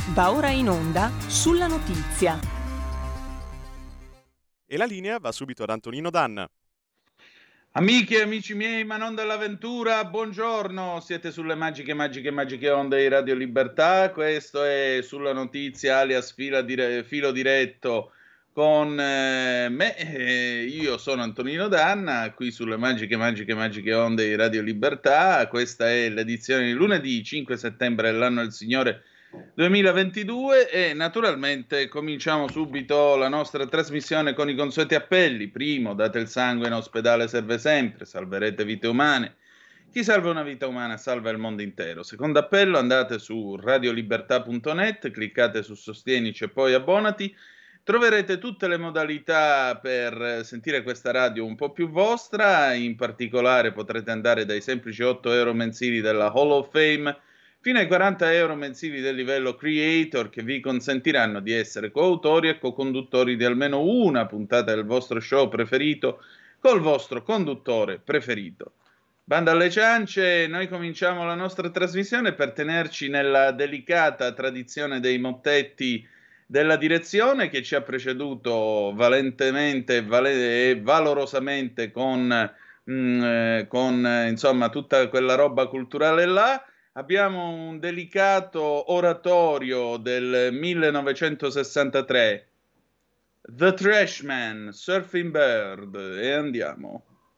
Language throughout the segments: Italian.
Va ora in onda Sulla Notizia. E la linea va subito ad Antonino Danna. Amiche e amici miei, ma non dell'avventura, buongiorno, siete sulle magiche onde di Radio Libertà, questo è Sulla Notizia alias Filo Diretto con me, io sono Antonino Danna, qui sulle magiche onde di Radio Libertà, questa è l'edizione di lunedì 5 settembre dell'anno del Signore 2022 e naturalmente cominciamo subito la nostra trasmissione con i consueti appelli. Primo, date il sangue in ospedale, serve sempre, salverete vite umane. Chi salva una vita umana salva il mondo intero. Secondo appello, andate su radiolibertà.net, cliccate su Sostienici e poi abbonati. Troverete tutte le modalità per sentire questa radio un po' più vostra, in particolare potrete andare dai semplici 8 euro mensili della Hall of Fame fino ai 40 euro mensili del livello Creator, che vi consentiranno di essere coautori e co-conduttori di almeno una puntata del vostro show preferito col vostro conduttore preferito. Banda alle ciance, noi cominciamo la nostra trasmissione per tenerci nella delicata tradizione dei mottetti della direzione che ci ha preceduto valentemente e valorosamente con insomma tutta quella roba culturale là. Abbiamo un delicato oratorio del 1963, The Trashman, Surfing Bird, e andiamo.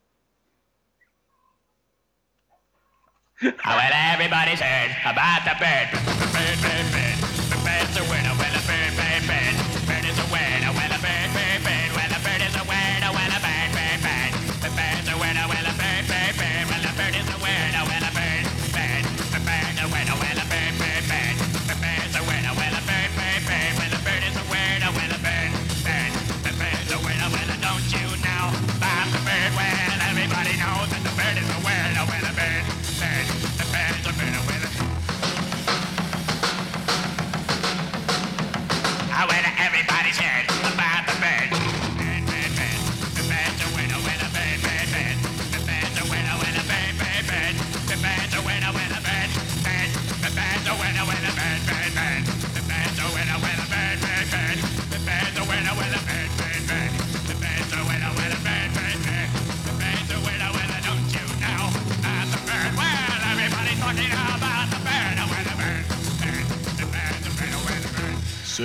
Well, everybody's heard about the bird. Bird, bird, bird. The bird's a winner. Well, a bird, bird, bird. Bird is a winner. Well, a bird, bird, bird. Well, a bird is a winner. Well, a bird, bird, bird. The bird's a winner. Well, a bird, bird, bird. Well, a bird is a winner. Well, a bird, bird. The bird's a winner. Well, a bird, bird, bird. The bird's a winner. Well, a bird, bird, bird. Well, a bird is a winner. Well, a bird, bird. The bird's a winner. Well, don't you know about the bird? Well, everybody knows that the bird is a winner. Well, a bird. Everybody's heard about the bird. Bird, bird, bird. The bird's a winner, winner, bird, bird, bird. The bird's a winner, winner, bird, bird, bird. The bird's a winner, winner, bird, bird. The bird's a winner, winner, bird, bird, bird. The bird's a winner, winner, bird, bird, bird. The bird's a winner, winner, bird, bird, bird. The bird's a winner, winner, bird, bird, bird. The bird's a winner, winner, don't you know about the bird? Well, everybody's talking about the bird, a winner, bird, bird. The bird's a winner, winner, bird.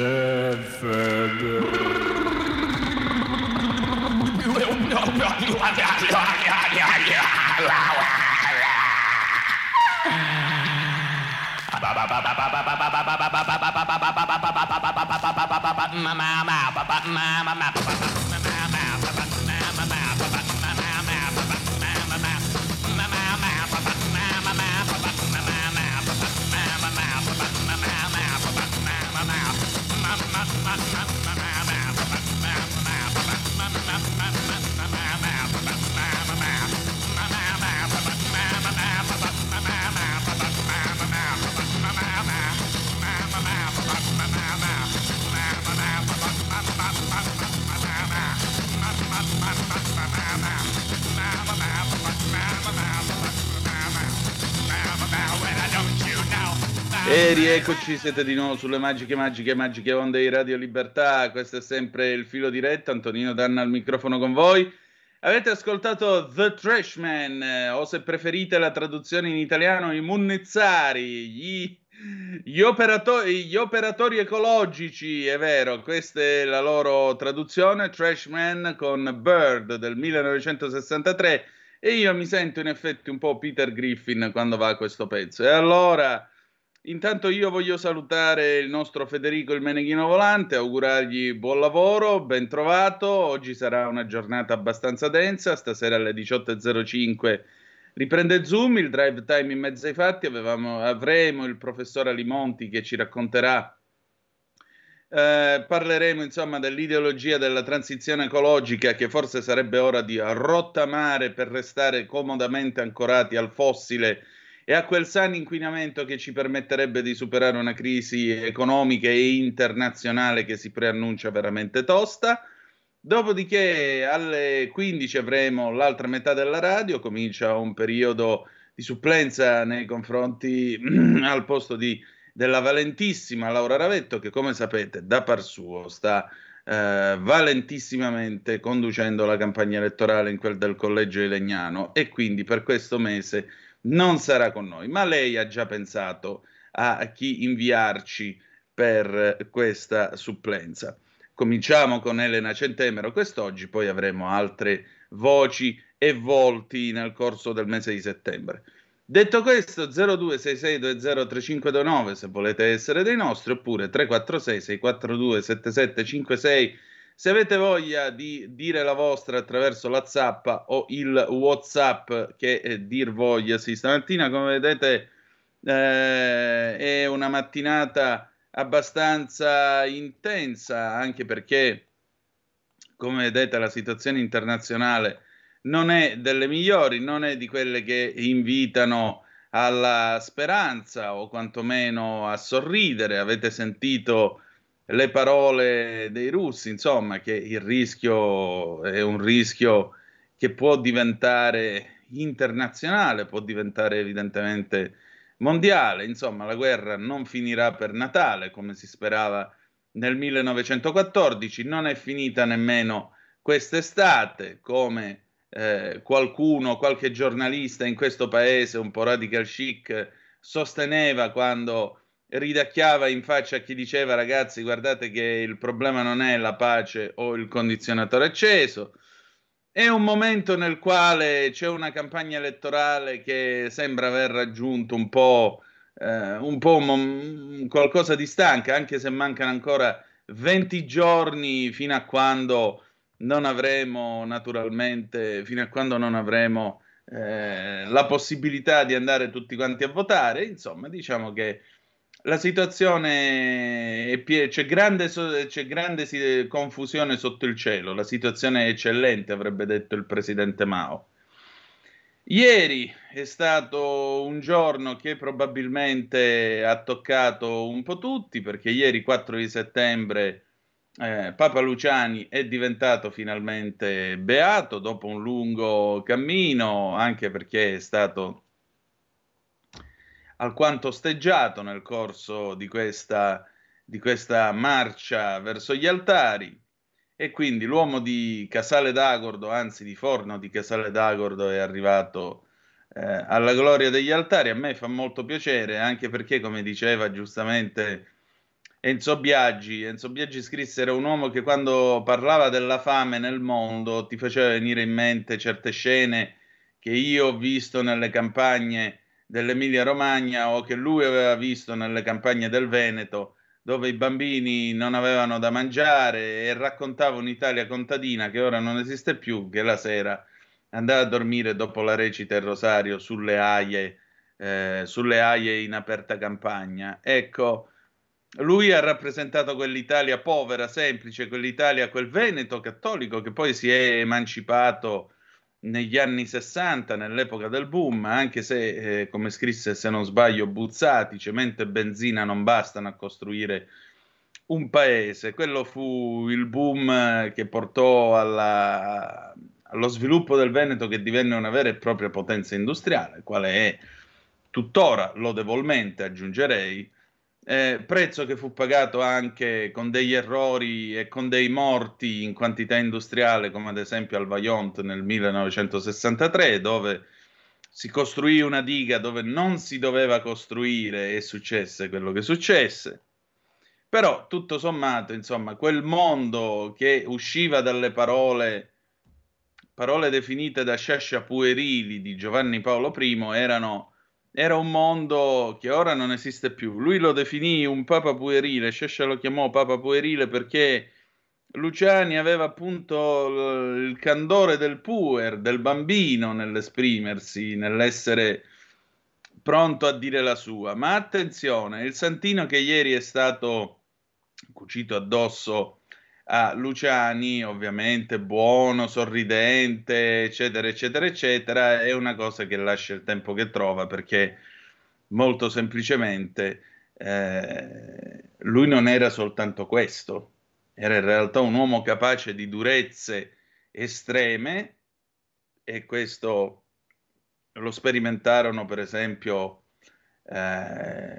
E rieccoci, siete di nuovo sulle magiche onde di Radio Libertà. Questo è sempre il filo diretto, Antonino Danna al microfono con voi. Avete ascoltato The Trashman, o se preferite la traduzione in italiano, i munnizzari, gli operatori ecologici, è vero, questa è la loro traduzione, Trashman con Bird del 1963, e io mi sento in effetti un po' Peter Griffin quando va a questo pezzo. E allora... Intanto io voglio salutare il nostro Federico il Meneghino Volante, augurargli buon lavoro, ben trovato. Oggi sarà una giornata abbastanza densa, stasera alle 18.05 riprende Zoom, il drive time in mezzo ai fatti, avremo il professor Alimonti che ci racconterà, parleremo insomma dell'ideologia della transizione ecologica, che forse sarebbe ora di rottamare per restare comodamente ancorati al fossile e a quel sano inquinamento che ci permetterebbe di superare una crisi economica e internazionale che si preannuncia veramente tosta. Dopodiché alle 15 avremo l'altra metà della radio, comincia un periodo di supplenza nei confronti al posto di della valentissima Laura Ravetto, che come sapete da par suo sta valentissimamente conducendo la campagna elettorale in quel del Collegio di Legnano, e quindi per questo mese non sarà con noi, ma lei ha già pensato a chi inviarci per questa supplenza. Cominciamo con Elena Centemero quest'oggi, poi avremo altre voci e volti nel corso del mese di settembre. Detto questo, 0266203529 se volete essere dei nostri, oppure 346 642 7756 se avete voglia di dire la vostra attraverso la zappa o il WhatsApp, che dir voglia. Sì, stamattina, come vedete, è una mattinata abbastanza intensa, anche perché, come vedete, la situazione internazionale non è delle migliori, non è di quelle che invitano alla speranza o quantomeno a sorridere. Avete sentito le parole dei russi, insomma, che il rischio è un rischio che può diventare internazionale, può diventare evidentemente mondiale. Insomma, la guerra non finirà per Natale, come si sperava nel 1914, non è finita nemmeno quest'estate, come qualcuno, qualche giornalista in questo paese un po' radical chic sosteneva quando ridacchiava in faccia a chi diceva: ragazzi, guardate che il problema non è la pace o il condizionatore acceso. È un momento nel quale c'è una campagna elettorale che sembra aver raggiunto qualcosa di stanca, anche se mancano ancora 20 giorni fino a quando non avremo, naturalmente, fino a quando non avremo la possibilità di andare tutti quanti a votare. Insomma, diciamo che la situazione c'è grande confusione sotto il cielo. La situazione è eccellente, avrebbe detto il presidente Mao. Ieri è stato un giorno che probabilmente ha toccato un po' tutti, perché ieri, 4 di settembre, Papa Luciani è diventato finalmente beato dopo un lungo cammino, anche perché è stato alquanto osteggiato nel corso di questa marcia verso gli altari. E quindi l'uomo di Casale d'Agordo, anzi di Forno di Casale d'Agordo, è arrivato alla gloria degli altari. A me fa molto piacere, anche perché, come diceva giustamente Enzo Biaggi scrisse: era un uomo che quando parlava della fame nel mondo ti faceva venire in mente certe scene che io ho visto nelle campagne dell'Emilia Romagna, o che lui aveva visto nelle campagne del Veneto, dove i bambini non avevano da mangiare, e raccontava un'Italia contadina che ora non esiste più, che la sera andava a dormire dopo la recita e il rosario sulle aie in aperta campagna. Ecco, lui ha rappresentato quell'Italia povera, semplice, quell'Italia, quel Veneto cattolico che poi si è emancipato negli anni 60, nell'epoca del boom, anche se, come scrisse, se non sbaglio, Buzzati, cemento e benzina non bastano a costruire un paese. Quello fu il boom che portò allo sviluppo del Veneto, che divenne una vera e propria potenza industriale, quale è tuttora, lodevolmente, aggiungerei. Prezzo che fu pagato anche con degli errori e con dei morti in quantità industriale, come ad esempio al Vajont nel 1963, dove si costruì una diga dove non si doveva costruire e successe quello che successe. Però, tutto sommato, insomma, quel mondo che usciva dalle parole definite da Sciascia puerili di Giovanni Paolo I, era un mondo che ora non esiste più. Lui lo definì un papa puerile, Sciascia lo chiamò papa puerile perché Luciani aveva appunto il candore del puer, del bambino nell'esprimersi, nell'essere pronto a dire la sua. Ma attenzione, il santino che ieri è stato cucito addosso a Luciani, ovviamente buono, sorridente, eccetera, eccetera, eccetera, è una cosa che lascia il tempo che trova, perché molto semplicemente lui non era soltanto questo, era in realtà un uomo capace di durezze estreme, e questo lo sperimentarono per esempio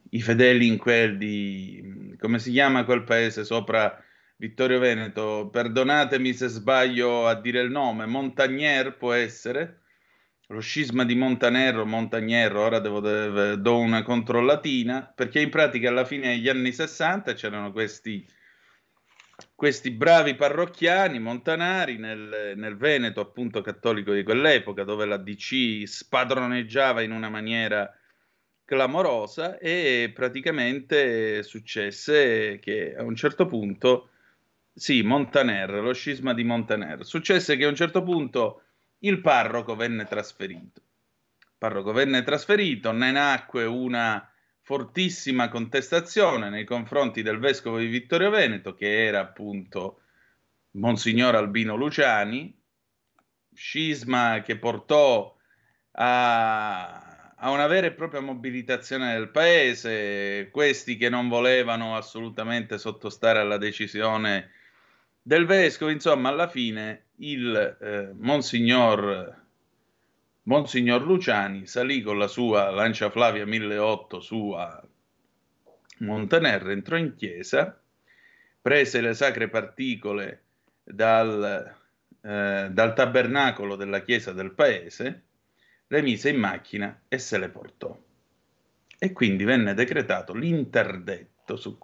i fedeli in quel di, come si chiama quel paese sopra Vittorio Veneto? Perdonatemi se sbaglio a dire il nome, Montagnier può essere? Lo scisma di Montagnero, ora do una controllatina, perché in pratica alla fine degli anni 60 c'erano questi bravi parrocchiani montanari nel Veneto, appunto cattolico di quell'epoca, dove la DC spadroneggiava in una maniera clamorosa e praticamente successe che a un certo punto, sì, Montaner, lo scisma di Montaner, successe che a un certo punto il parroco venne trasferito. Il parroco venne trasferito, ne nacque una fortissima contestazione nei confronti del vescovo di Vittorio Veneto, che era appunto Monsignor Albino Luciani, scisma che portò a una vera e propria mobilitazione del paese, questi che non volevano assolutamente sottostare alla decisione del vescovo, insomma, alla fine il Monsignor Luciani salì con la sua Lancia Flavia 1008 su a Montaner, entrò in chiesa, prese le sacre particole dal tabernacolo della chiesa del paese, le mise in macchina e se le portò. E quindi venne decretato l'interdetto su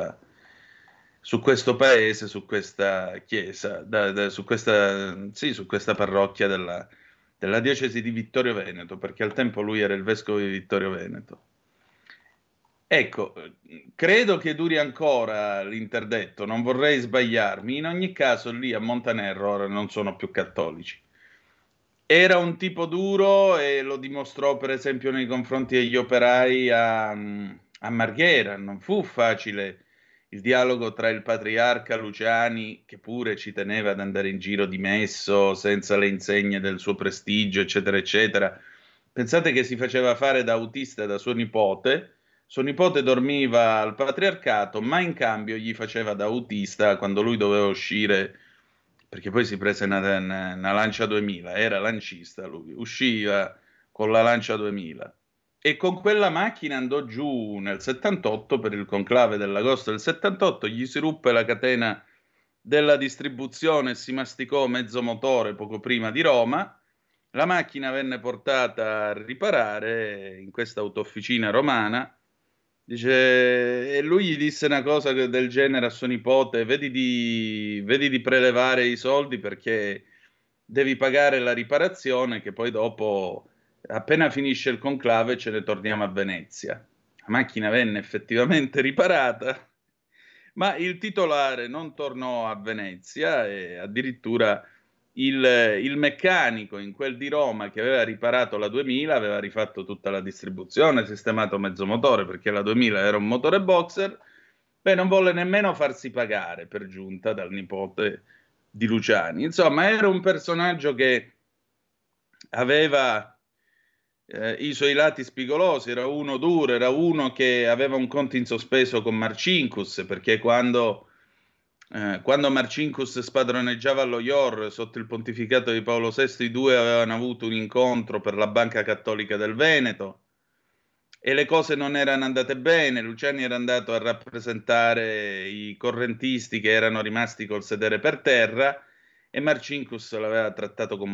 questo paese, su questa chiesa, su questa parrocchia della diocesi di Vittorio Veneto, perché al tempo lui era il vescovo di Vittorio Veneto. Ecco, credo che duri ancora l'interdetto, non vorrei sbagliarmi. In ogni caso, lì a Montanerro ora non sono più cattolici. Era un tipo duro e lo dimostrò per esempio nei confronti degli operai a Marghera. Non fu facile il dialogo tra il patriarca Luciani, che pure ci teneva ad andare in giro dimesso, senza le insegne del suo prestigio, eccetera, eccetera. Pensate che si faceva fare da autista da suo nipote dormiva al patriarcato, ma in cambio gli faceva da autista quando lui doveva uscire, perché poi si prese una Lancia 2000, era lancista lui, usciva con la Lancia 2000 e con quella macchina andò giù nel 78 per il conclave dell'agosto del 78, gli si ruppe la catena della distribuzione e si masticò mezzo motore poco prima di Roma. La macchina venne portata a riparare in questa autofficina romana. Dice, e lui gli disse una cosa del genere a suo nipote: vedi di prelevare i soldi perché devi pagare la riparazione, che poi dopo, appena finisce il conclave, ce ne torniamo a Venezia. La macchina venne effettivamente riparata, ma il titolare non tornò a Venezia e addirittura il meccanico in quel di Roma che aveva riparato la 2000 aveva rifatto tutta la distribuzione, sistemato mezzo motore perché la 2000 era un motore boxer. Beh, non volle nemmeno farsi pagare per giunta dal nipote di Luciani. Insomma, era un personaggio che aveva i suoi lati spigolosi, era uno duro, era uno che aveva un conto in sospeso con Marcinkus, perché quando Marcinkus spadroneggiava allo IOR sotto il pontificato di Paolo VI, i due avevano avuto un incontro per la Banca Cattolica del Veneto e le cose non erano andate bene. Luciani era andato a rappresentare i correntisti che erano rimasti col sedere per terra e Marcinkus l'aveva trattato con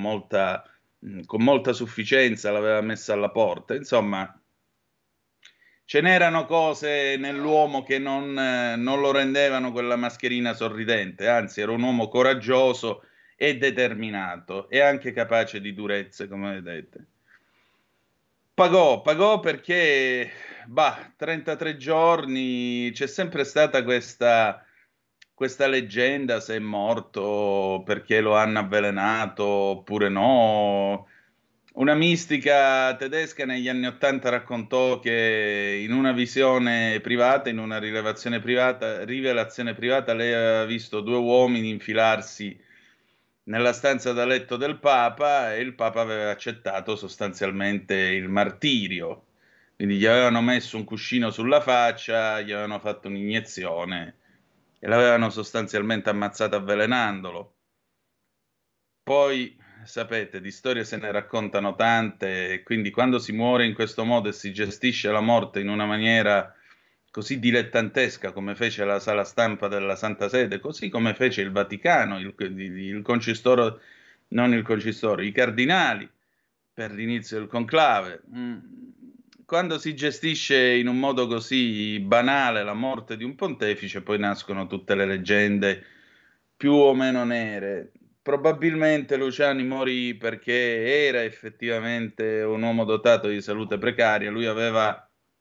molta sufficienza, l'aveva messa alla porta. Insomma, ce n'erano cose nell'uomo che non lo rendevano quella mascherina sorridente, anzi era un uomo coraggioso e determinato e anche capace di durezze, come vedete. Pagò perché, 33 giorni, c'è sempre stata questa leggenda se è morto perché lo hanno avvelenato oppure no. Una mistica tedesca negli anni '80 raccontò che in una visione privata, in una rivelazione privata, lei aveva visto due uomini infilarsi nella stanza da letto del Papa e il Papa aveva accettato sostanzialmente il martirio. Quindi gli avevano messo un cuscino sulla faccia, gli avevano fatto un'iniezione e l'avevano sostanzialmente ammazzato avvelenandolo. Poi, sapete, di storie se ne raccontano tante, e quindi quando si muore in questo modo e si gestisce la morte in una maniera così dilettantesca come fece la sala stampa della Santa Sede, così come fece il Vaticano, il concistoro, non il concistoro, i cardinali per l'inizio del conclave. Quando si gestisce in un modo così banale la morte di un pontefice, poi nascono tutte le leggende più o meno nere. Probabilmente Luciani morì perché era effettivamente un uomo dotato di salute precaria, lui aveva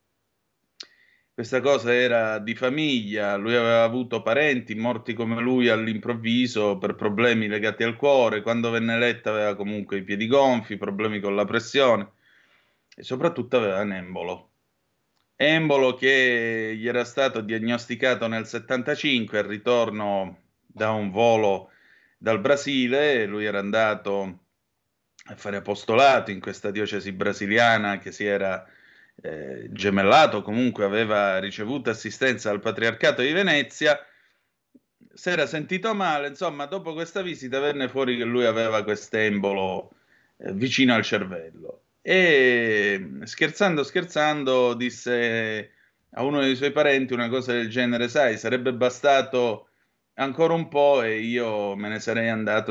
questa cosa era di famiglia, lui aveva avuto parenti morti come lui all'improvviso per problemi legati al cuore, quando venne eletta aveva comunque i piedi gonfi, problemi con la pressione e soprattutto aveva un embolo. Embolo che gli era stato diagnosticato nel 75 al ritorno da un volo dal Brasile, lui era andato a fare apostolato in questa diocesi brasiliana che si era gemellato, comunque aveva ricevuto assistenza al Patriarcato di Venezia, si era sentito male, insomma, dopo questa visita venne fuori che lui aveva quest'embolo vicino al cervello e scherzando disse a uno dei suoi parenti una cosa del genere, sai, sarebbe bastato ancora un po' e io me ne sarei andato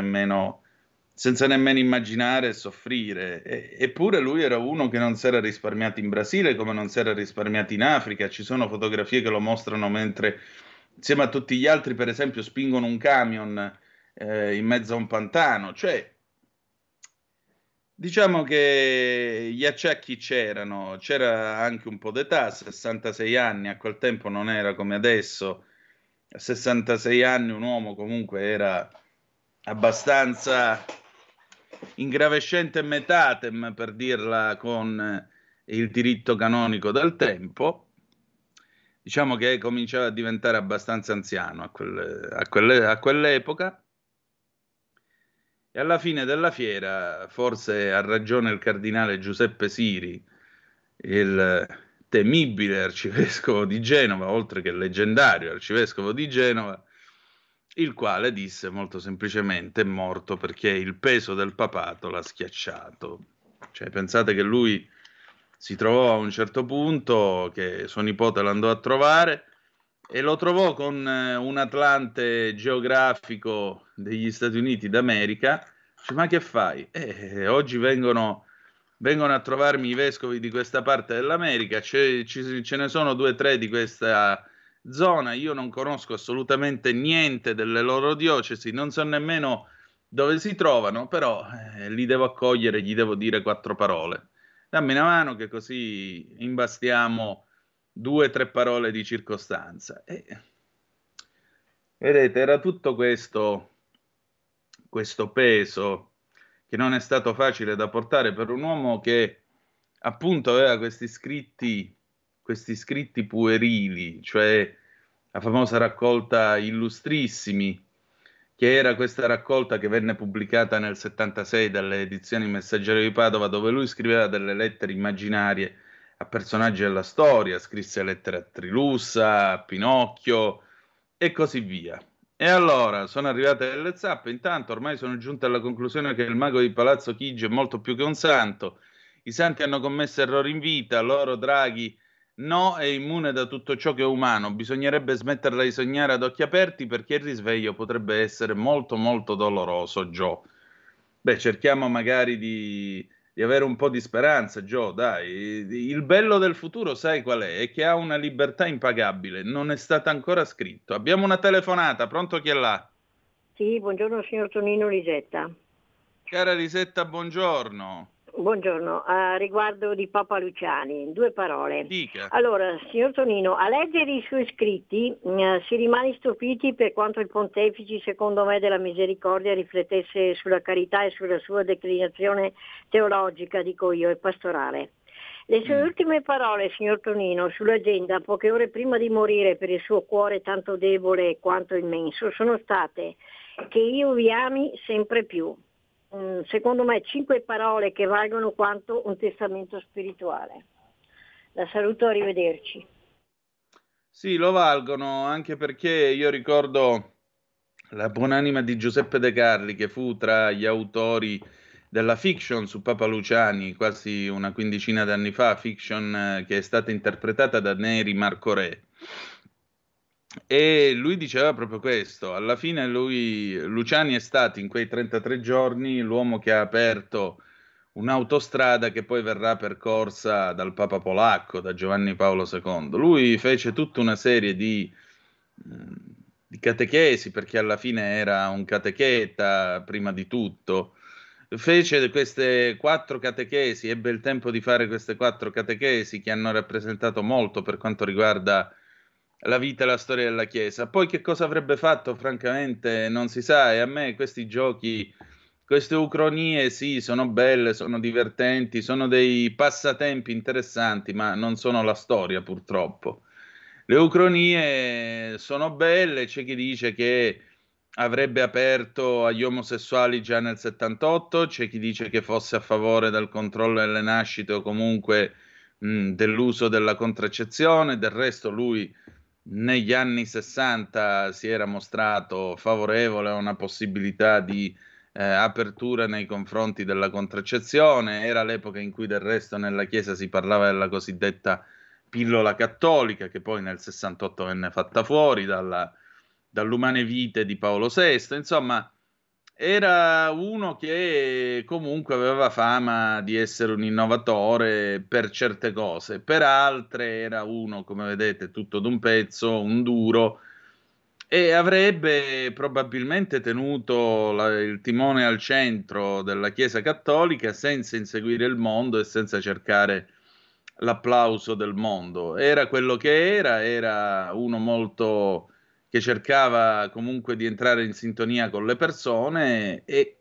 senza nemmeno immaginare e soffrire. Eppure lui era uno che non si era risparmiato in Brasile come non si era risparmiato in Africa. Ci sono fotografie che lo mostrano mentre, insieme a tutti gli altri, per esempio, spingono un camion in mezzo a un pantano. Cioè, diciamo che gli acciacchi c'era anche un po' d'età, 66 anni, a quel tempo non era come adesso. A 66 anni un uomo comunque era abbastanza ingravescente metatem, per dirla con il diritto canonico del tempo. Diciamo che cominciava a diventare abbastanza anziano a quell'epoca. E alla fine della fiera, forse ha ragione il cardinale Giuseppe Siri, il temibile arcivescovo di Genova, oltre che leggendario arcivescovo di Genova, il quale disse molto semplicemente è morto perché il peso del papato l'ha schiacciato. Cioè, pensate che lui si trovò a un certo punto che suo nipote l'andò a trovare e lo trovò con un atlante geografico degli Stati Uniti d'America. Dice, ma che fai? Oggi vengono a trovarmi i vescovi di questa parte dell'America, ce ne sono 2 o 3 di questa zona, io non conosco assolutamente niente delle loro diocesi, non so nemmeno dove si trovano, però li devo accogliere, gli devo dire 4 parole. Dammi una mano che così imbastiamo 2 o 3 parole di circostanza. Vedete, era tutto questo peso che non è stato facile da portare per un uomo che appunto aveva questi scritti puerili, cioè la famosa raccolta Illustrissimi, che era questa raccolta che venne pubblicata nel 76 dalle edizioni Messaggero di Padova, dove lui scriveva delle lettere immaginarie a personaggi della storia, scrisse lettere a Trilussa, a Pinocchio e così via. E allora sono arrivate delle zappe, intanto ormai sono giunto alla conclusione che il mago di Palazzo Chigi è molto più che un santo, i santi hanno commesso errori in vita, loro Draghi no, è immune da tutto ciò che è umano, bisognerebbe smetterla di sognare ad occhi aperti perché il risveglio potrebbe essere molto molto doloroso, Joe. Beh, cerchiamo magari di avere un po' di speranza, Joe, dai. Il bello del futuro, sai qual è? È che ha una libertà impagabile, non è stata ancora scritto. Abbiamo una telefonata, pronto chi è là? Sì, buongiorno signor Tonino Lisetta. Cara Lisetta, buongiorno. Buongiorno, a riguardo di Papa Luciani, 2 parole. Dica. Allora, signor Tonino, a leggere i suoi scritti si rimane stupiti per quanto il pontefice, secondo me, della misericordia riflettesse sulla carità e sulla sua declinazione teologica, dico io, e pastorale. Le sue ultime parole, signor Tonino, sull'agenda, poche ore prima di morire per il suo cuore tanto debole quanto immenso, sono state che io vi ami sempre più. Secondo me 5 parole che valgono quanto un testamento spirituale. La saluto, arrivederci. Sì, lo valgono, anche perché io ricordo la buonanima di Giuseppe De Carli, che fu tra gli autori della fiction su Papa Luciani quasi una quindicina d'anni fa, fiction che è stata interpretata da Neri Marco Re. E lui diceva proprio questo, alla fine Luciani è stato in quei 33 giorni l'uomo che ha aperto un'autostrada che poi verrà percorsa dal Papa polacco, da Giovanni Paolo II. Lui fece tutta una serie di catechesi, perché alla fine era un catecheta prima di tutto. Fece queste 4 catechesi, ebbe il tempo di fare queste 4 catechesi che hanno rappresentato molto per quanto riguarda la vita e la storia della Chiesa. Poi che cosa avrebbe fatto, francamente, non si sa, e a me questi giochi, queste ucronie, sì, sono belle, sono divertenti, sono dei passatempi interessanti, ma non sono la storia, purtroppo. Le ucronie sono belle, c'è chi dice che avrebbe aperto agli omosessuali già nel 78, c'è chi dice che fosse a favore del controllo delle nascite o comunque dell'uso della contraccezione. Del resto lui negli anni 60 si era mostrato favorevole a una possibilità di apertura nei confronti della contraccezione. Era l'epoca in cui del resto nella Chiesa si parlava della cosiddetta pillola cattolica, che poi nel 68 venne fatta fuori dall'Umane Vitae di Paolo VI. Insomma, era uno che comunque aveva fama di essere un innovatore per certe cose, per altre era uno, come vedete, tutto d'un pezzo, un duro, e avrebbe probabilmente tenuto il timone al centro della Chiesa Cattolica senza inseguire il mondo e senza cercare l'applauso del mondo. Era quello che era uno molto che cercava comunque di entrare in sintonia con le persone. E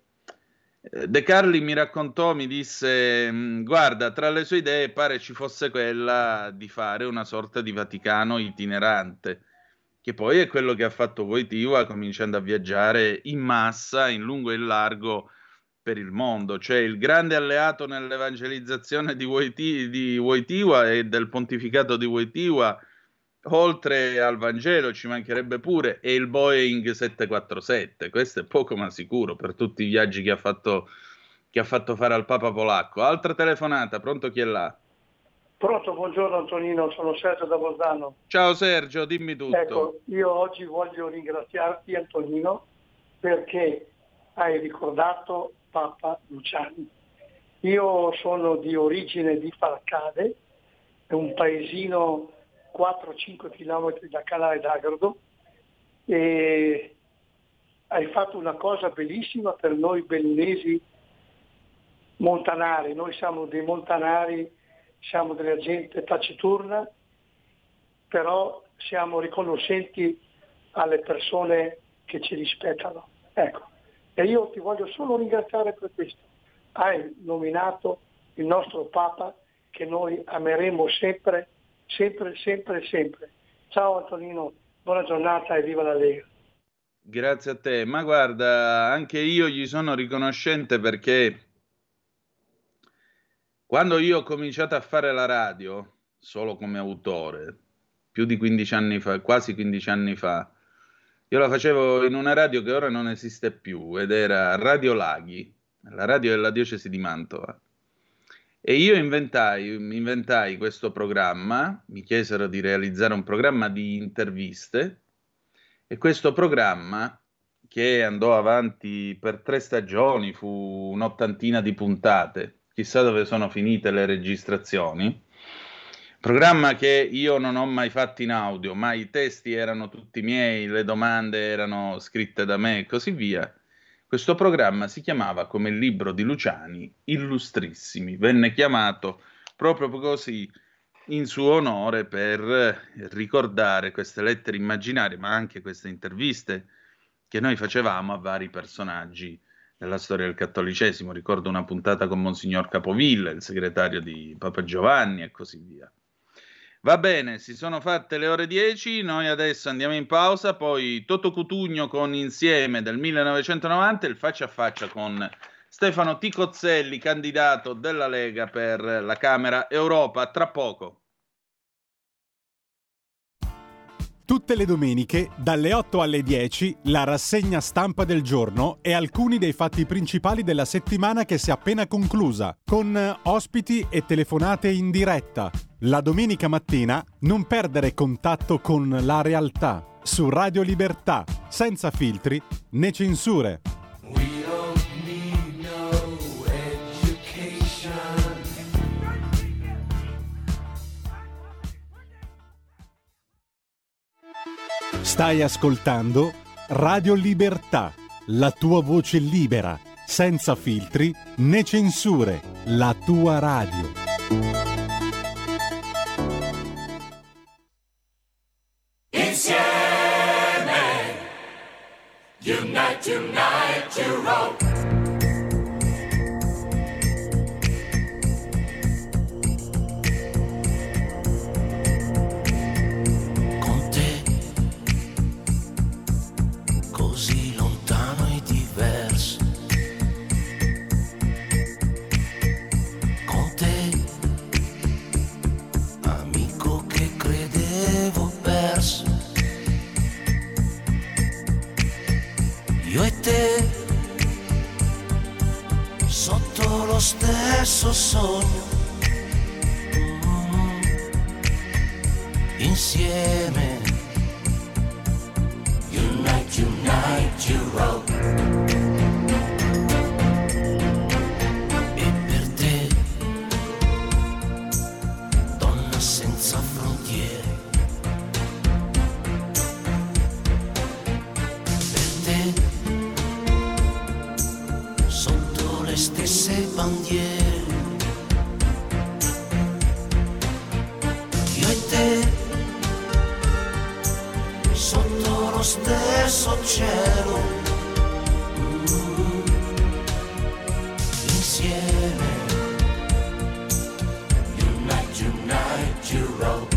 De Carli mi raccontò, mi disse, guarda, tra le sue idee pare ci fosse quella di fare una sorta di Vaticano itinerante, che poi è quello che ha fatto Wojtyła, cominciando a viaggiare in massa, in lungo e in largo per il mondo. Cioè il grande alleato nell'evangelizzazione di Wojtyła e del pontificato di Wojtyła, oltre al Vangelo, ci mancherebbe pure, è il Boeing 747. Questo è poco ma sicuro per tutti i viaggi che ha fatto fare al Papa polacco. Altra telefonata, pronto, chi è là? Pronto, buongiorno Antonino, sono Sergio da Bolzano. Ciao Sergio, dimmi tutto. Ecco, io oggi voglio ringraziarti Antonino perché hai ricordato Papa Luciani. Io sono di origine di Falcade, è un paesino 4-5 km da Canale d'Agordo, e hai fatto una cosa bellissima per noi bellunesi montanari. Noi siamo dei montanari, siamo della gente taciturna, però siamo riconoscenti alle persone che ci rispettano. Ecco, e io ti voglio solo ringraziare per questo. Hai nominato il nostro Papa che noi ameremo sempre, sempre, sempre, sempre. Ciao Antonino, buona giornata e viva la Lega. Grazie a te. Ma guarda, anche io gli sono riconoscente perché quando io ho cominciato a fare la radio, solo come autore, più di 15 anni fa, quasi 15 anni fa, io la facevo in una radio che ora non esiste più, ed era Radio Laghi, la radio della diocesi di Mantova. E io inventai questo programma, mi chiesero di realizzare un programma di interviste, e questo programma, che andò avanti per 3 stagioni, fu un'ottantina di puntate, chissà dove sono finite le registrazioni, programma che io non ho mai fatto in audio, ma i testi erano tutti miei, le domande erano scritte da me e così via. Questo programma si chiamava, come il libro di Luciani, Illustrissimi. Venne chiamato proprio così in suo onore per ricordare queste lettere immaginarie, ma anche queste interviste che noi facevamo a vari personaggi della storia del cattolicesimo. Ricordo una puntata con Monsignor Capovilla, il segretario di Papa Giovanni e così via. Va bene, si sono fatte le ore 10, noi adesso andiamo in pausa, poi Toto Cutugno con Insieme del 1990, il faccia a faccia con Stefano Ticozzelli, candidato della Lega per la Camera Europa. Tra poco. Tutte le domeniche, dalle 8 alle 10, la rassegna stampa del giorno e alcuni dei fatti principali della settimana che si è appena conclusa, con ospiti e telefonate in diretta. La domenica mattina non perdere contatto con la realtà, su Radio Libertà, senza filtri né censure. Stai ascoltando Radio Libertà, la tua voce libera, senza filtri né censure, la tua radio. Insieme, unite, unite, Europe. Io e te, sotto lo stesso sogno, insieme. Unite, unite, Europe. E per te, donna senza frontiere, stesse bandiere, io e te, sotto lo stesso cielo, insieme. Unite, unite, Europe.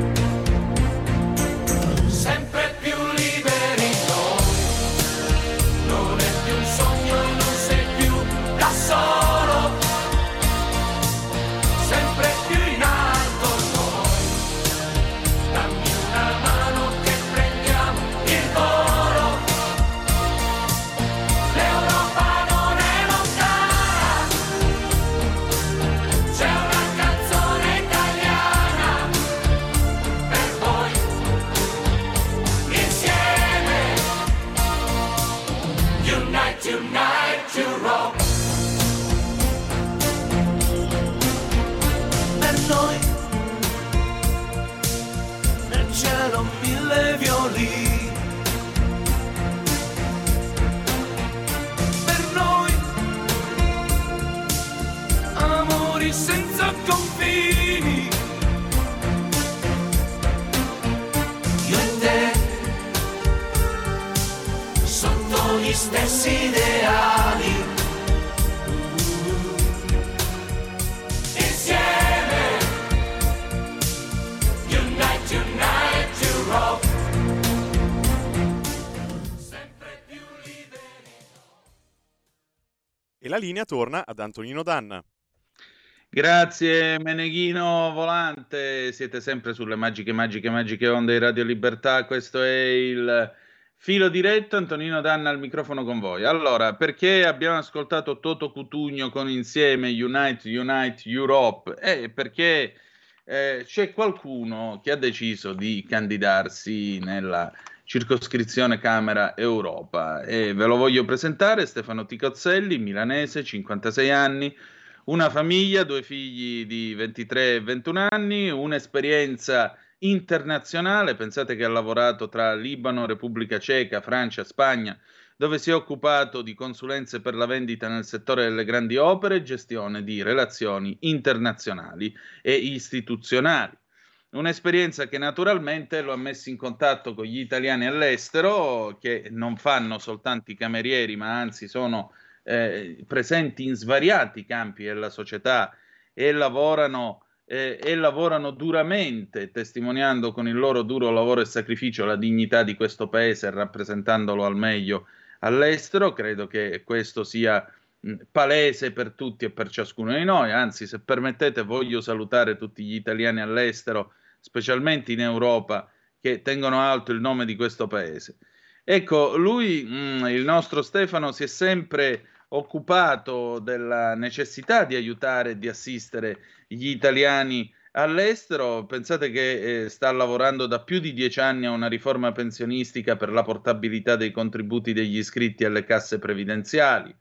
Sempre più liberi noi, non è più un sogno, non sei più da solo, sempre più in alto noi, dammi una mano che prendiamo il volo, l'Europa non è lontana, c'è una canzone italiana per voi, insieme, unite, unite, Europe. Noi nel cielo mille violini, per noi amori senza confini, io e te sotto gli stessi ideali. E la linea torna ad Antonino Danna. Grazie Meneghino Volante, siete sempre sulle magiche onde di Radio Libertà, questo è il filo diretto, Antonino Danna al microfono con voi. Allora, perché abbiamo ascoltato Toto Cutugno con Insieme, Unite, Unite, Europe? Perché c'è qualcuno che ha deciso di candidarsi nella circoscrizione Camera Europa e ve lo voglio presentare. Stefano Ticozzelli, milanese, 56 anni, una famiglia, 2 figli di 23 e 21 anni, un'esperienza internazionale. Pensate che ha lavorato tra Libano, Repubblica Ceca, Francia, Spagna, dove si è occupato di consulenze per la vendita nel settore delle grandi opere e gestione di relazioni internazionali e istituzionali. Un'esperienza che naturalmente lo ha messo in contatto con gli italiani all'estero, che non fanno soltanto i camerieri, ma anzi sono presenti in svariati campi della società e lavorano duramente, testimoniando con il loro duro lavoro e sacrificio la dignità di questo paese e rappresentandolo al meglio all'estero. Credo che questo sia palese per tutti e per ciascuno di noi. Anzi, se permettete, voglio salutare tutti gli italiani all'estero, specialmente in Europa, che tengono alto il nome di questo paese. Ecco, lui, il nostro Stefano, si è sempre occupato della necessità di aiutare e di assistere gli italiani all'estero. Pensate che sta lavorando da più di 10 anni a una riforma pensionistica per la portabilità dei contributi degli iscritti alle casse previdenziali.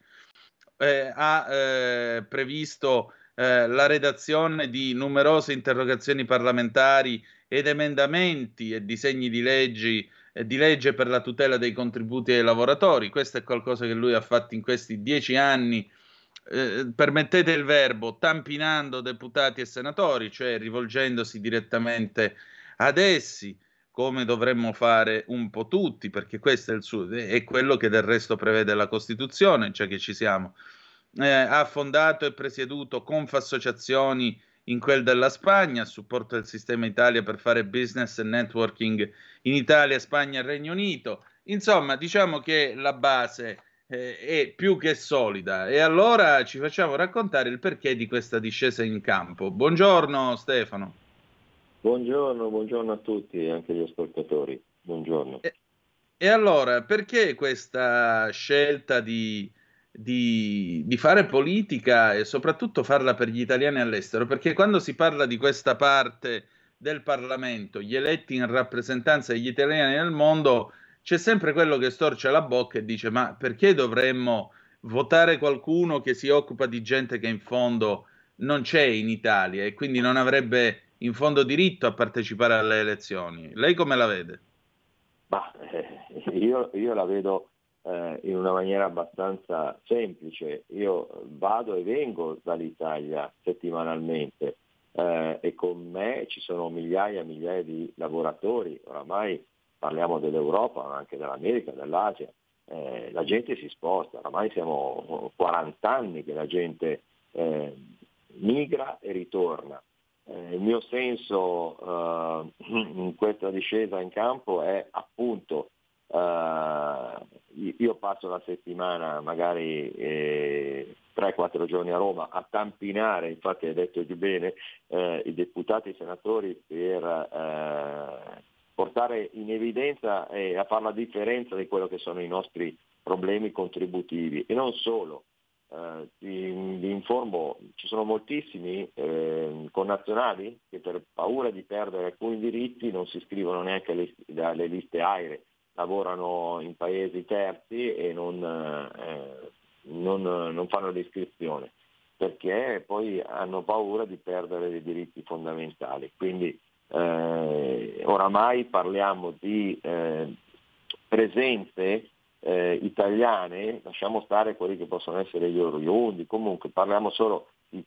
Ha previsto la redazione di numerose interrogazioni parlamentari ed emendamenti e disegni di legge per la tutela dei contributi ai lavoratori. Questo è qualcosa che lui ha fatto in questi 10 anni, permettete il verbo, tampinando deputati e senatori, cioè rivolgendosi direttamente ad essi, come dovremmo fare un po' tutti, perché questo è quello che del resto prevede la Costituzione, cioè che ci siamo. Ha fondato e presieduto Confassociazioni in quel della Spagna, a supporto del sistema Italia per fare business e networking in Italia, Spagna e Regno Unito. Insomma, diciamo che la base è più che solida. E allora ci facciamo raccontare il perché di questa discesa in campo. Buongiorno Stefano. Buongiorno a tutti, anche agli ascoltatori. Buongiorno. E allora, perché questa scelta di fare politica e soprattutto farla per gli italiani all'estero? Perché quando si parla di questa parte del Parlamento, gli eletti in rappresentanza degli italiani nel mondo, c'è sempre quello che storce la bocca e dice: ma perché dovremmo votare qualcuno che si occupa di gente che in fondo non c'è in Italia e quindi non avrebbe in fondo diritto a partecipare alle elezioni? Lei come la vede? Io la vedo in una maniera abbastanza semplice. Io vado e vengo dall'Italia settimanalmente e con me ci sono migliaia e migliaia di lavoratori. Oramai parliamo dell'Europa, ma anche dell'America, dell'Asia. La gente si sposta, oramai siamo 40 anni che la gente migra e ritorna. Il mio senso in questa discesa in campo è appunto io passo la settimana magari 3-4 giorni a Roma a tampinare, infatti hai detto di bene, i deputati e i senatori per portare in evidenza e a fare la differenza di quello che sono i nostri problemi contributivi. E non solo, vi informo, ci sono moltissimi connazionali che per paura di perdere alcuni diritti non si iscrivono neanche alle liste AIRE, lavorano in paesi terzi e non fanno l'iscrizione perché poi hanno paura di perdere dei diritti fondamentali. Quindi oramai parliamo di presenze italiane, lasciamo stare quelli che possono essere gli oriundi, comunque parliamo solo di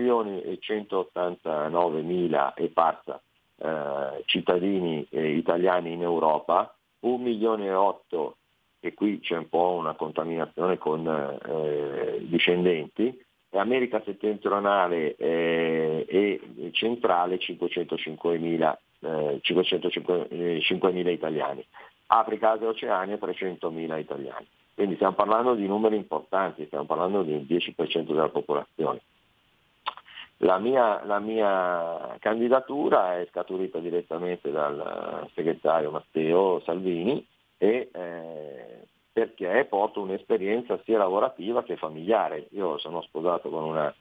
3.189.000 e passa cittadini italiani in Europa, 1,8 milioni, e qui c'è un po' una contaminazione con discendenti, e America settentrionale e centrale 505.000 italiani. Africa, Asia e Oceania 300.000 italiani. Quindi stiamo parlando di numeri importanti, stiamo parlando del 10% della popolazione. La mia candidatura è scaturita direttamente dal segretario Matteo Salvini e perché porto un'esperienza sia lavorativa che familiare. Io sono sposato con una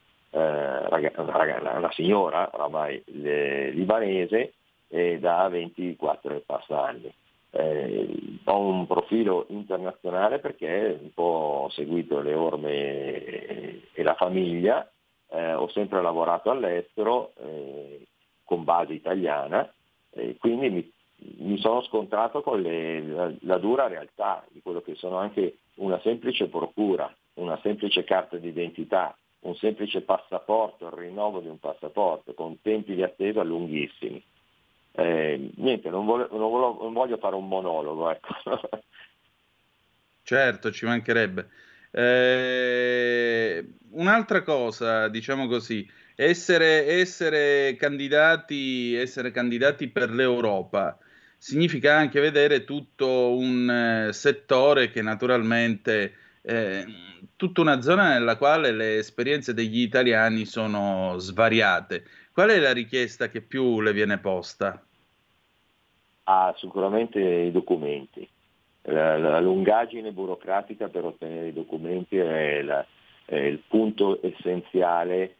signora ormai libanese da 24 e passa anni. Ho un profilo internazionale perché un po' ho seguito le orme e la famiglia, ho sempre lavorato all'estero con base italiana, quindi mi sono scontrato con la dura realtà di quello che sono anche una semplice procura, una semplice carta d'identità, un semplice passaporto, il rinnovo di un passaporto con tempi di attesa lunghissimi. Niente, non voglio fare un monologo, ecco. Certo, ci mancherebbe. Un'altra cosa, diciamo così, essere candidati per l'Europa significa anche vedere tutto un settore che naturalmente, tutta una zona nella quale le esperienze degli italiani sono svariate. Qual è la richiesta che più le viene posta? ha sicuramente i documenti. La lungaggine burocratica per ottenere i documenti è il punto essenziale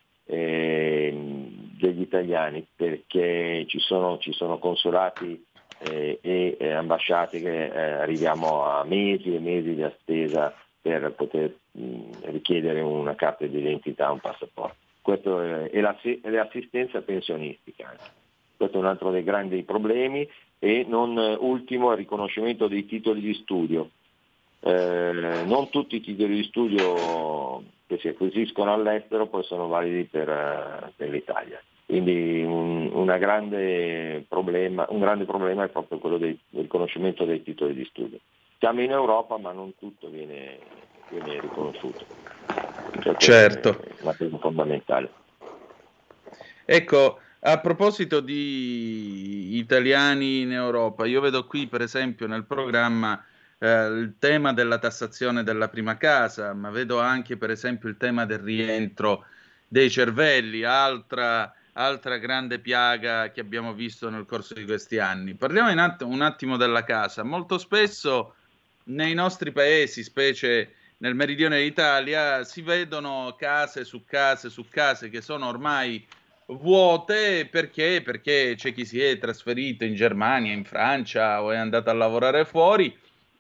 degli italiani, perché ci sono consolati e ambasciate che arriviamo a mesi e mesi di attesa per poter richiedere una carta di identità, un passaporto. Questo è l'assistenza pensionistica anche. Questo è un altro dei grandi problemi, e non ultimo il riconoscimento dei titoli di studio. Non tutti i titoli di studio che si acquisiscono all'estero poi sono validi per l'Italia. Quindi un grande problema è proprio quello del riconoscimento dei titoli di studio. Siamo in Europa, ma non tutto viene riconosciuto. Certo. È una cosa fondamentale. Ecco, a proposito di italiani in Europa, io vedo qui per esempio nel programma il tema della tassazione della prima casa, ma vedo anche per esempio il tema del rientro dei cervelli, altra grande piaga che abbiamo visto nel corso di questi anni. Parliamo un attimo della casa. Molto spesso nei nostri paesi, specie nel meridione d'Italia, si vedono case su case su case che sono ormai vuote perché c'è chi si è trasferito in Germania, in Francia o è andato a lavorare fuori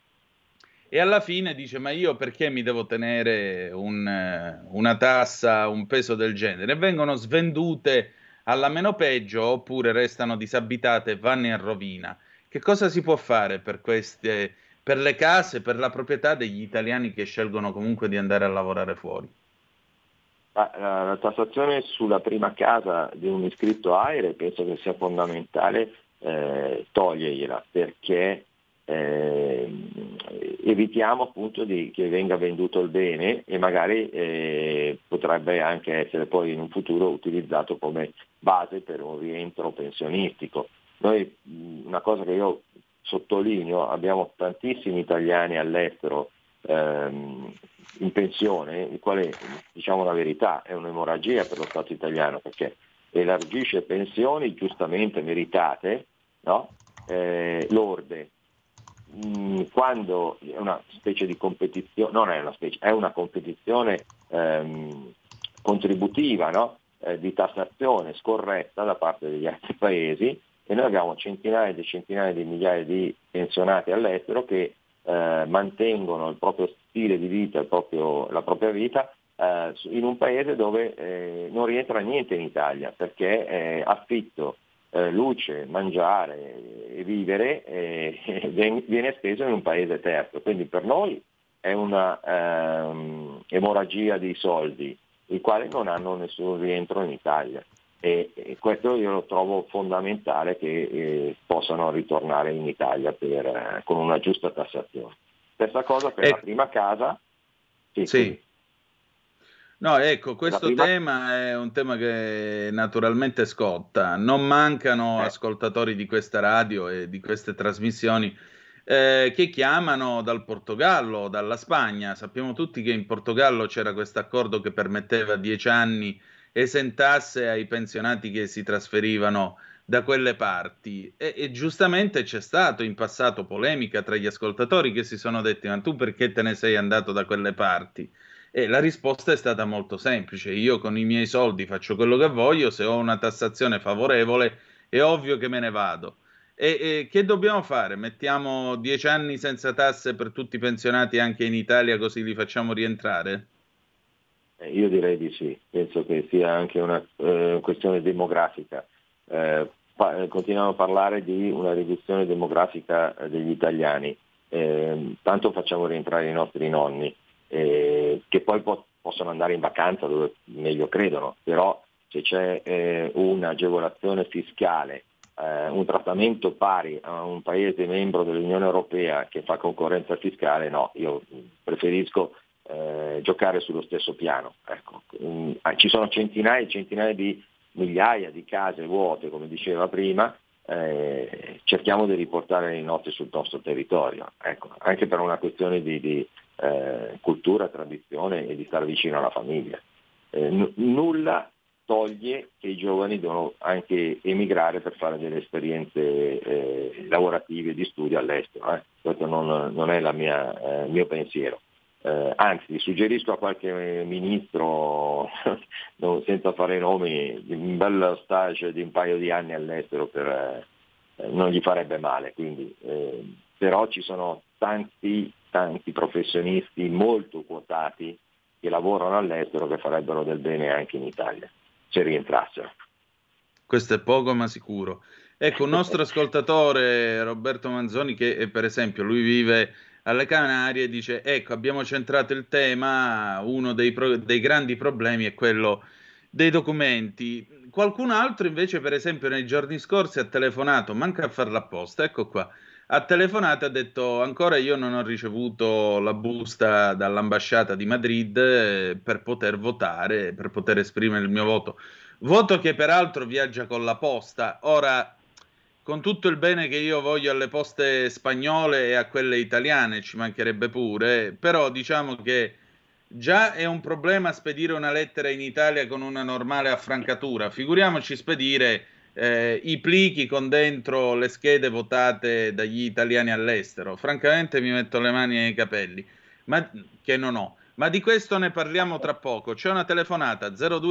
e alla fine dice: ma io perché mi devo tenere una tassa, un peso del genere? E vengono svendute alla meno peggio, oppure restano disabitate e vanno in rovina. Che cosa si può fare per le case, per la proprietà degli italiani che scelgono comunque di andare a lavorare fuori? La tassazione sulla prima casa di un iscritto AIRE penso che sia fondamentale togliergliela, perché evitiamo appunto che venga venduto il bene e magari potrebbe anche essere poi in un futuro utilizzato come base per un rientro pensionistico. Noi, una cosa che io sottolineo, abbiamo tantissimi italiani all'estero in pensione, il quale, diciamo la verità, è un'emorragia per lo Stato italiano, perché elargisce pensioni giustamente meritate, no? Lorde, quando è una specie di competizione, non è una specie, è una competizione contributiva, no? Di tassazione scorretta da parte degli altri paesi, e noi abbiamo centinaia di migliaia di pensionati all'estero che mantengono il proprio stile di vita, la propria vita in un paese dove non rientra niente in Italia, perché affitto, luce, mangiare e vivere viene speso in un paese terzo. Quindi per noi è una emorragia di soldi, i quali non hanno nessun rientro in Italia. E questo io lo trovo fondamentale, che possano ritornare in Italia con una giusta tassazione. Stessa cosa per la prima casa. Sì. No, ecco, questo tema è un tema che naturalmente scotta. Non mancano ascoltatori di questa radio e di queste trasmissioni che chiamano dal Portogallo, dalla Spagna. Sappiamo tutti che in Portogallo c'era questo accordo che permetteva 10 anni esentasse ai pensionati che si trasferivano da quelle parti e giustamente c'è stato in passato polemica tra gli ascoltatori che si sono detti: ma tu perché te ne sei andato da quelle parti? E la risposta è stata molto semplice: io con i miei soldi faccio quello che voglio, se ho una tassazione favorevole è ovvio che me ne vado. E che dobbiamo fare? Mettiamo 10 anni senza tasse per tutti i pensionati anche in Italia, così li facciamo rientrare? Io direi di sì, penso che sia anche una questione demografica. Continuiamo a parlare di una riduzione demografica degli italiani, tanto facciamo rientrare i nostri nonni, che poi possono andare in vacanza dove meglio credono, però se c'è un'agevolazione fiscale, un trattamento pari a un paese membro dell'Unione Europea che fa concorrenza fiscale, no, io preferisco giocare sullo stesso piano. Ecco. Ci sono centinaia e centinaia di migliaia di case vuote, come diceva prima, cerchiamo di riportare i nostri sul nostro territorio, ecco, anche per una questione di cultura, tradizione e di stare vicino alla famiglia. Nulla toglie che i giovani devono anche emigrare per fare delle esperienze lavorative di studio all'estero. Questo non è il mio pensiero. Anzi, suggerisco a qualche ministro, senza fare nomi, un bel stage di un paio di anni all'estero non gli farebbe male. Quindi, però ci sono tanti professionisti molto quotati che lavorano all'estero che farebbero del bene anche in Italia, se rientrassero. Questo è poco ma sicuro. Ecco, un nostro ascoltatore, Roberto Manzoni, che per esempio lui vive alle Canarie, dice: ecco, abbiamo centrato il tema, uno dei grandi problemi è quello dei documenti. Qualcun altro invece, per esempio, nei giorni scorsi ha telefonato, manca a farla apposta, ecco qua, ha telefonato e ha detto: ancora io non ho ricevuto la busta dall'ambasciata di Madrid per poter votare, per poter esprimere il mio voto che peraltro viaggia con la posta. Ora, con tutto il bene che io voglio alle poste spagnole e a quelle italiane, ci mancherebbe pure, però diciamo che già è un problema spedire una lettera in Italia con una normale affrancatura, figuriamoci spedire i plichi con dentro le schede votate dagli italiani all'estero. Francamente mi metto le mani nei capelli, ma che non ho. Ma di questo ne parliamo tra poco. C'è una telefonata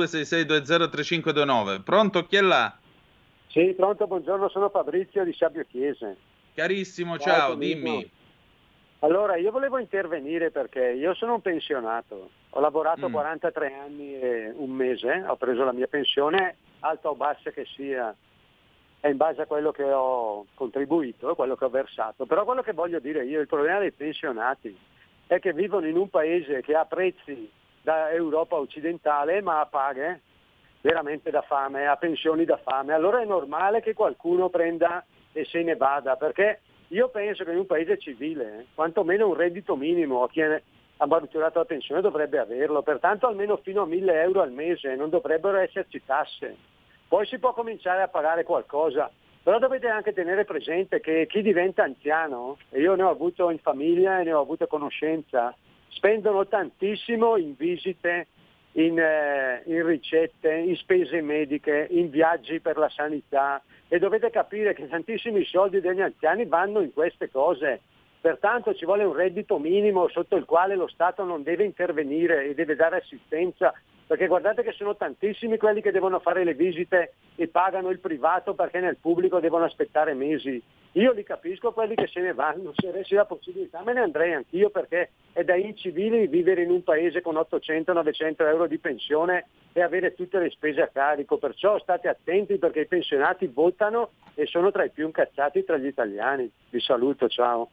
0266203529. Pronto, chi è là? Sì, pronto, buongiorno, sono Fabrizio di Sabbio Chiese. Carissimo, ciao, dimmi. Allora, io volevo intervenire perché io sono un pensionato, ho lavorato 43 anni e un mese, ho preso la mia pensione, alta o bassa che sia, è in base a quello che ho contribuito, quello che ho versato. Però quello che voglio dire io, il problema dei pensionati è che vivono in un paese che ha prezzi da Europa occidentale, ma a paghe veramente da fame, a pensioni da fame. Allora è normale che qualcuno prenda e se ne vada, perché io penso che in un paese civile, quantomeno un reddito minimo a chi ha maturato la pensione dovrebbe averlo, pertanto almeno fino a 1.000 euro al mese, non dovrebbero esserci tasse. Poi si può cominciare a pagare qualcosa, però dovete anche tenere presente che chi diventa anziano, e io ne ho avuto in famiglia e ne ho avuto conoscenza, spendono tantissimo in visite, in ricette, in spese mediche, in viaggi per la sanità, e dovete capire che tantissimi soldi degli anziani vanno in queste cose. Pertanto ci vuole un reddito minimo sotto il quale lo Stato non deve intervenire e deve dare assistenza, perché guardate che sono tantissimi quelli che devono fare le visite e pagano il privato perché nel pubblico devono aspettare mesi. Io li capisco quelli che se ne vanno, se avessi la possibilità me ne andrei anch'io, perché è da incivili vivere in un paese con 800-900 euro di pensione e avere tutte le spese a carico. Perciò state attenti, perché i pensionati votano e sono tra i più incazzati tra gli italiani. Vi saluto, ciao.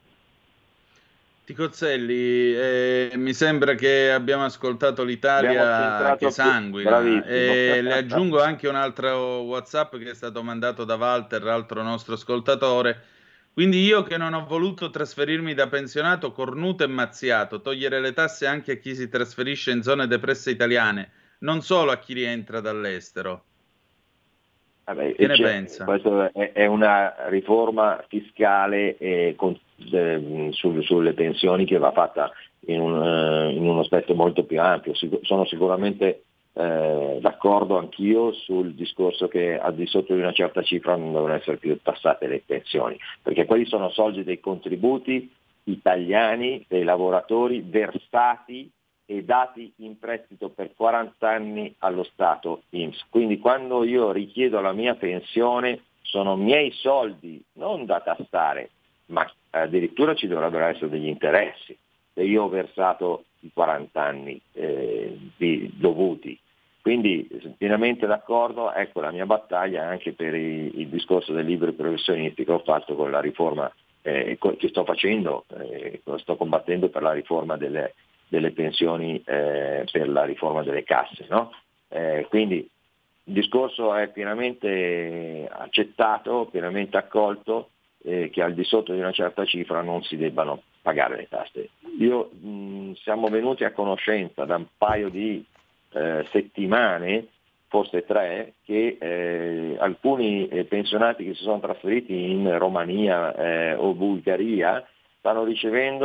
Ticozzelli, mi sembra che abbiamo ascoltato l'Italia che sanguina, e le aggiungo anche un altro WhatsApp che è stato mandato da Walter, altro nostro ascoltatore. Quindi io che non ho voluto trasferirmi da pensionato cornuto e mazziato, togliere le tasse anche a chi si trasferisce in zone depresse italiane, non solo a chi rientra dall'estero. Vabbè, che ne pensa? Questa è una riforma fiscale sulle pensioni che va fatta in un aspetto molto più ampio. Sono sicuramente d'accordo anch'io sul discorso che al di sotto di una certa cifra non devono essere più tassate le pensioni, perché quelli sono soldi dei contributi italiani, dei lavoratori versati e dati in prestito per 40 anni allo Stato INPS. Quindi quando io richiedo la mia pensione sono miei soldi, non da tassare, ma addirittura ci dovrebbero essere degli interessi se io ho versato i 40 anni dovuti. Quindi pienamente d'accordo, ecco la mia battaglia anche per il discorso dei liberi professionisti che ho fatto con la riforma che sto facendo, sto combattendo per la riforma delle pensioni, per la riforma delle casse, no? Quindi il discorso è pienamente accettato, pienamente accolto, che al di sotto di una certa cifra non si debbano pagare le tasse. Siamo venuti a conoscenza da un paio di settimane, forse 3, che alcuni pensionati che si sono trasferiti in Romania o Bulgaria stanno ricevendo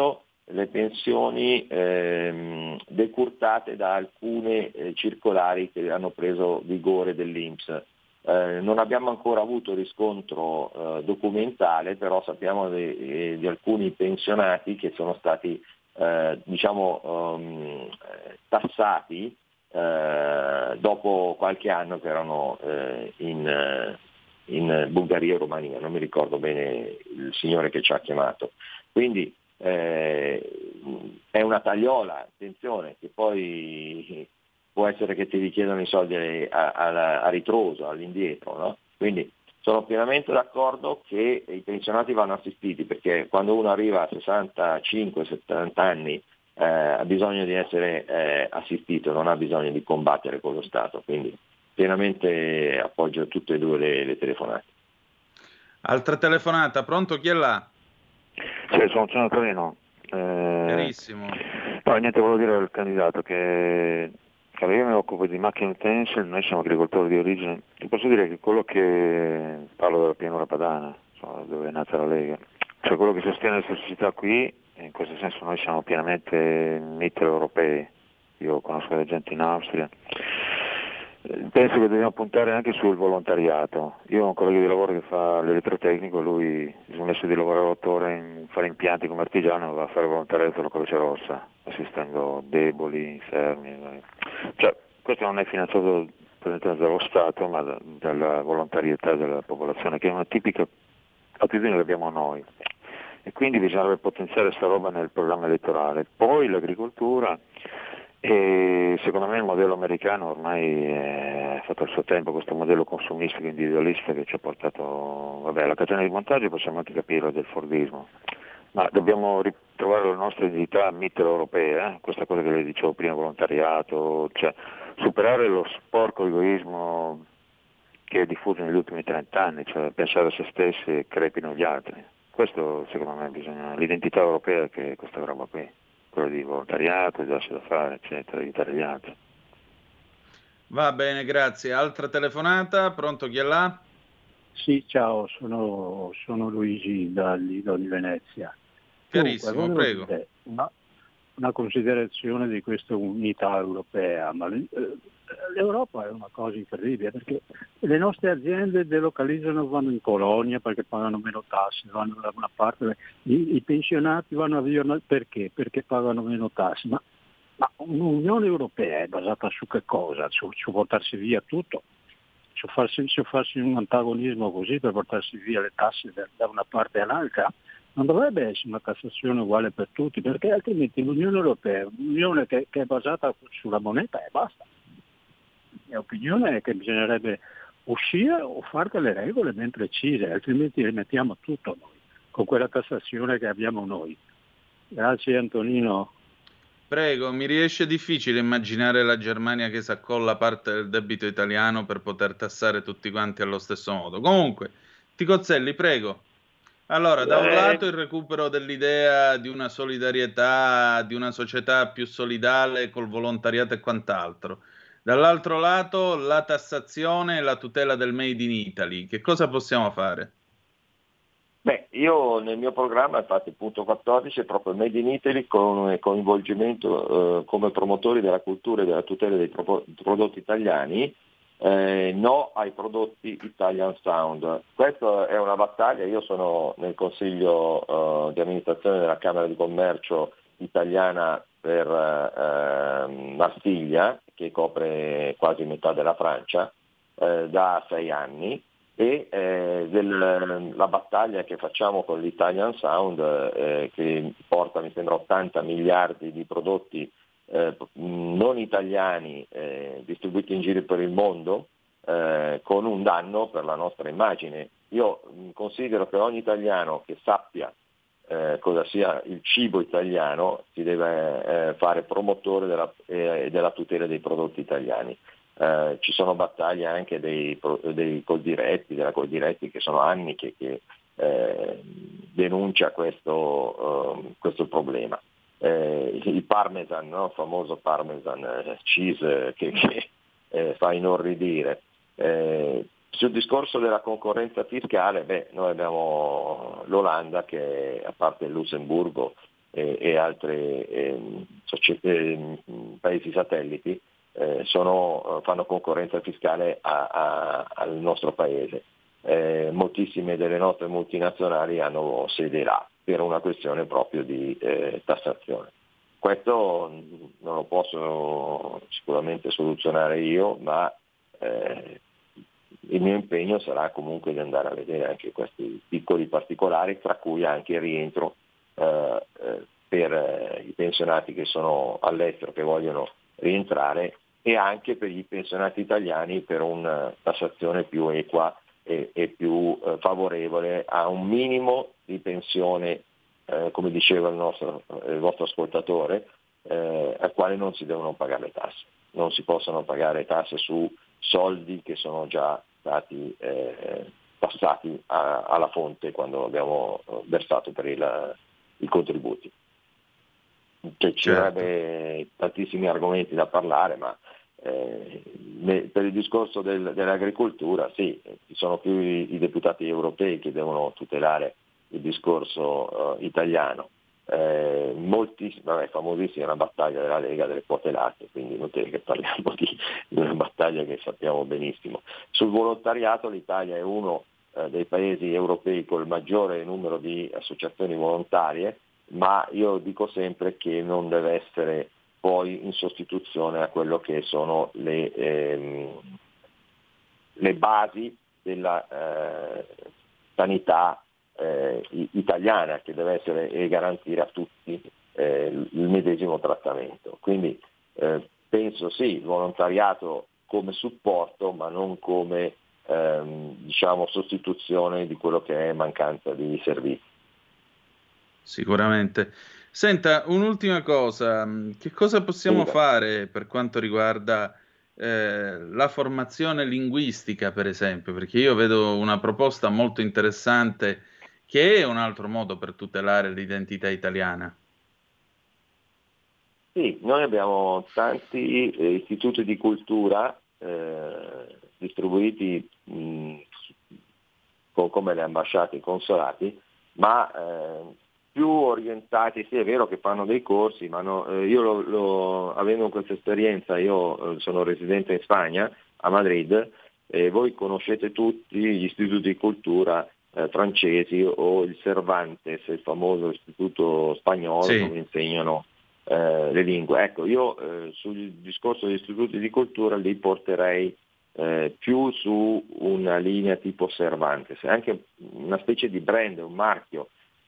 le pensioni decurtate da alcune circolari che hanno preso vigore dell'INPS. Non abbiamo ancora avuto riscontro documentale, però sappiamo di alcuni pensionati che sono stati tassati dopo qualche anno che erano in Bulgaria e Romania, non mi ricordo bene il signore che ci ha chiamato. Quindi è una tagliola, attenzione, che poi può essere che ti richiedano i soldi a ritroso, all'indietro, no? Quindi sono pienamente d'accordo che i pensionati vanno assistiti, perché quando uno arriva a 65-70 anni ha bisogno di essere assistito, non ha bisogno di combattere con lo Stato, quindi pienamente appoggio tutte e due le telefonate. Altra telefonata, pronto, chi è là? Sì, sono Torino. Carissimo. No, niente, volevo dire al candidato che allora, io mi occupo di macchine utenze, noi siamo agricoltori di origine, ti posso dire che quello che, parlo della pianura padana, insomma, dove è nata la Lega, cioè quello che sostiene le società qui, in questo senso noi siamo pienamente mitteleuropei, io conosco della gente in Austria. Penso che dobbiamo puntare anche sul volontariato. Io ho un collega di lavoro che fa l'elettrotecnico, lui si è smesso di lavorare 8 ore in fare impianti come artigiano, va a fare volontariato alla Croce Rossa, assistendo deboli, infermi. Cioè, questo non è finanziato dallo Stato, ma dalla volontarietà della popolazione, che è una tipica attitudine che abbiamo noi. E quindi bisognerebbe potenziare sta roba nel programma elettorale. Poi l'agricoltura. E secondo me il modello americano ormai è fatto il suo tempo, questo modello consumistico individualista che ci ha portato, vabbè, la catena di montaggio possiamo anche capirlo del Fordismo, ma dobbiamo ritrovare la nostra identità mitteleuropea, questa cosa che le dicevo prima, volontariato, cioè superare lo sporco egoismo che è diffuso negli ultimi 30 anni, cioè pensare a se stessi e crepino gli altri. Questo secondo me bisogna, l'identità europea che è questa roba qui, quello di volontariato, di darsi da fare, eccetera, aiutare gli altri. Va bene, grazie. Altra telefonata, pronto, chi è là? Sì, ciao, sono Luigi di Venezia. Carissimo, Dunque, prego. Dire, una considerazione di questa unità europea, ma l'Europa è una cosa incredibile, perché le nostre aziende delocalizzano, vanno in Polonia perché pagano meno tasse, vanno da una parte, i pensionati vanno via perché? Perché pagano meno tasse, ma un'Unione Europea è basata su che cosa? Su portarsi via tutto? Su farsi un antagonismo così per portarsi via le tasse da una parte all'altra? Non dovrebbe essere una tassazione uguale per tutti, perché altrimenti l'Unione Europea è un'unione che è basata sulla moneta e basta. La mia opinione è che bisognerebbe uscire o fare delle regole ben precise, altrimenti rimettiamo tutto noi, con quella tassazione che abbiamo noi. Grazie Antonino. Prego, mi riesce difficile immaginare la Germania che si accolla parte del debito italiano per poter tassare tutti quanti allo stesso modo. Comunque, Ticozzelli, prego. Allora, da un lato il recupero dell'idea di una solidarietà, di una società più solidale col volontariato e quant'altro. Dall'altro lato la tassazione e la tutela del Made in Italy. Che cosa possiamo fare? Beh, io nel mio programma, infatti, punto 14 è proprio Made in Italy con coinvolgimento come promotori della cultura e della tutela dei prodotti italiani, no ai prodotti Italian Sound. Questa è una battaglia, io sono nel consiglio di amministrazione della Camera di Commercio italiana per Marsiglia, che copre quasi metà della Francia, da 6 anni. E la battaglia che facciamo con l'Italian Sound che porta, mi sembra, 80 miliardi di prodotti non italiani distribuiti in giro per il mondo, con un danno per la nostra immagine. Io considero che ogni italiano che sappia cosa sia il cibo italiano si deve fare promotore della tutela dei prodotti italiani. Ci sono battaglie anche dei Coldiretti, della Coldiretti, che sono anni che denuncia questo problema. Il Parmesan, no? Il famoso Parmesan cheese che fa inorridire. Sul discorso della concorrenza fiscale, noi abbiamo l'Olanda che, a parte il Lussemburgo, e altri paesi satelliti fanno concorrenza fiscale al nostro paese. Moltissime delle nostre multinazionali hanno sede là per una questione proprio di tassazione. Questo non lo posso sicuramente soluzionare io, ma il mio impegno sarà comunque di andare a vedere anche questi piccoli particolari, tra cui anche il rientro per i pensionati che sono all'estero, che vogliono rientrare, e anche per i pensionati italiani per una tassazione più equa e più favorevole a un minimo di pensione, come diceva il vostro ascoltatore, al quale non si devono pagare le tasse. Non si possono pagare tasse su soldi che sono già stati passati alla fonte quando abbiamo versato per i contributi. Ci sarebbe tantissimi argomenti da parlare, ma per il discorso dell'agricoltura sì, ci sono più i deputati europei che devono tutelare il discorso italiano. Famosissima è una battaglia della Lega delle quote latte, quindi inutile che parliamo di una battaglia che sappiamo benissimo. Sul volontariato l'Italia è uno dei paesi europei con il maggiore numero di associazioni volontarie, ma io dico sempre che non deve essere poi in sostituzione a quello che sono le basi della sanità italiana, che deve essere e garantire a tutti il medesimo trattamento. Quindi penso sì, il volontariato come supporto, ma non come sostituzione di quello che è mancanza di servizi. Sicuramente. Senta, un'ultima cosa, che cosa possiamo fare per quanto riguarda la formazione linguistica, per esempio? Perché io vedo una proposta molto interessante che è un altro modo per tutelare l'identità italiana. Sì, noi abbiamo tanti istituti di cultura distribuiti come le ambasciate e i consolati, ma più orientati. Sì, è vero che fanno dei corsi, ma avendo questa esperienza, io sono residente in Spagna, a Madrid, e voi conoscete tutti gli istituti di cultura francesi o il Cervantes, il famoso istituto spagnolo, sì, dove insegnano le lingue. Ecco, io sul discorso degli istituti di cultura li porterei più su una linea tipo Cervantes, anche una specie di brand, un marchio.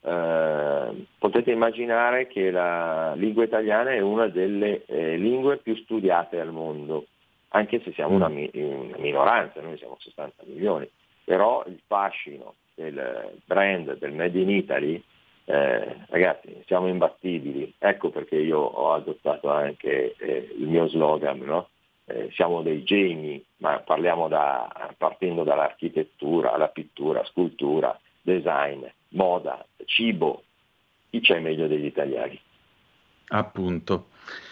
Potete immaginare che la lingua italiana è una delle lingue più studiate al mondo, anche se siamo una minoranza, noi siamo 60 milioni, però il fascino del brand del Made in Italy, ragazzi, siamo imbattibili. Ecco perché io ho adottato anche il mio slogan, no? Siamo dei geni, ma partendo dall'architettura alla pittura, scultura, design, moda, cibo. Chi c'è meglio degli italiani? Appunto.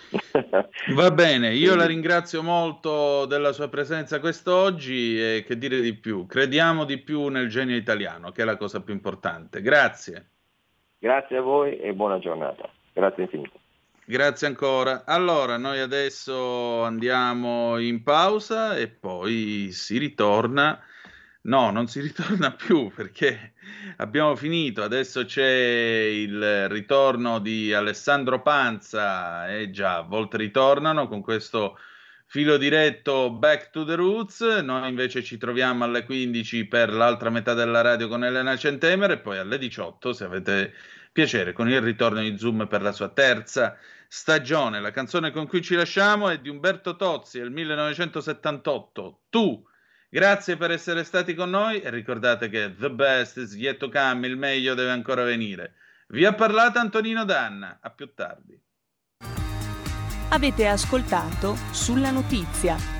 Va bene, io la ringrazio molto della sua presenza quest'oggi, e che dire di più, crediamo di più nel genio italiano, che è la cosa più importante. Grazie. Grazie a voi e buona giornata. Grazie infinito. Grazie ancora. Allora, noi adesso andiamo in pausa e poi si ritorna. No, non si ritorna più perché abbiamo finito. Adesso c'è il ritorno di Alessandro Panza, e già, a volte ritornano con questo filo diretto Back to the Roots. Noi invece ci troviamo alle 15 per l'altra metà della radio con Elena Centemere, e poi alle 18, se avete piacere, con il ritorno di Zoom per la sua terza stagione. La canzone con cui ci lasciamo è di Umberto Tozzi, del 1978, Tu. Grazie per essere stati con noi e ricordate che the best is yet to come, il meglio deve ancora venire. Vi ha parlato Antonino Danna, a più tardi. Avete ascoltato Sulla Notizia,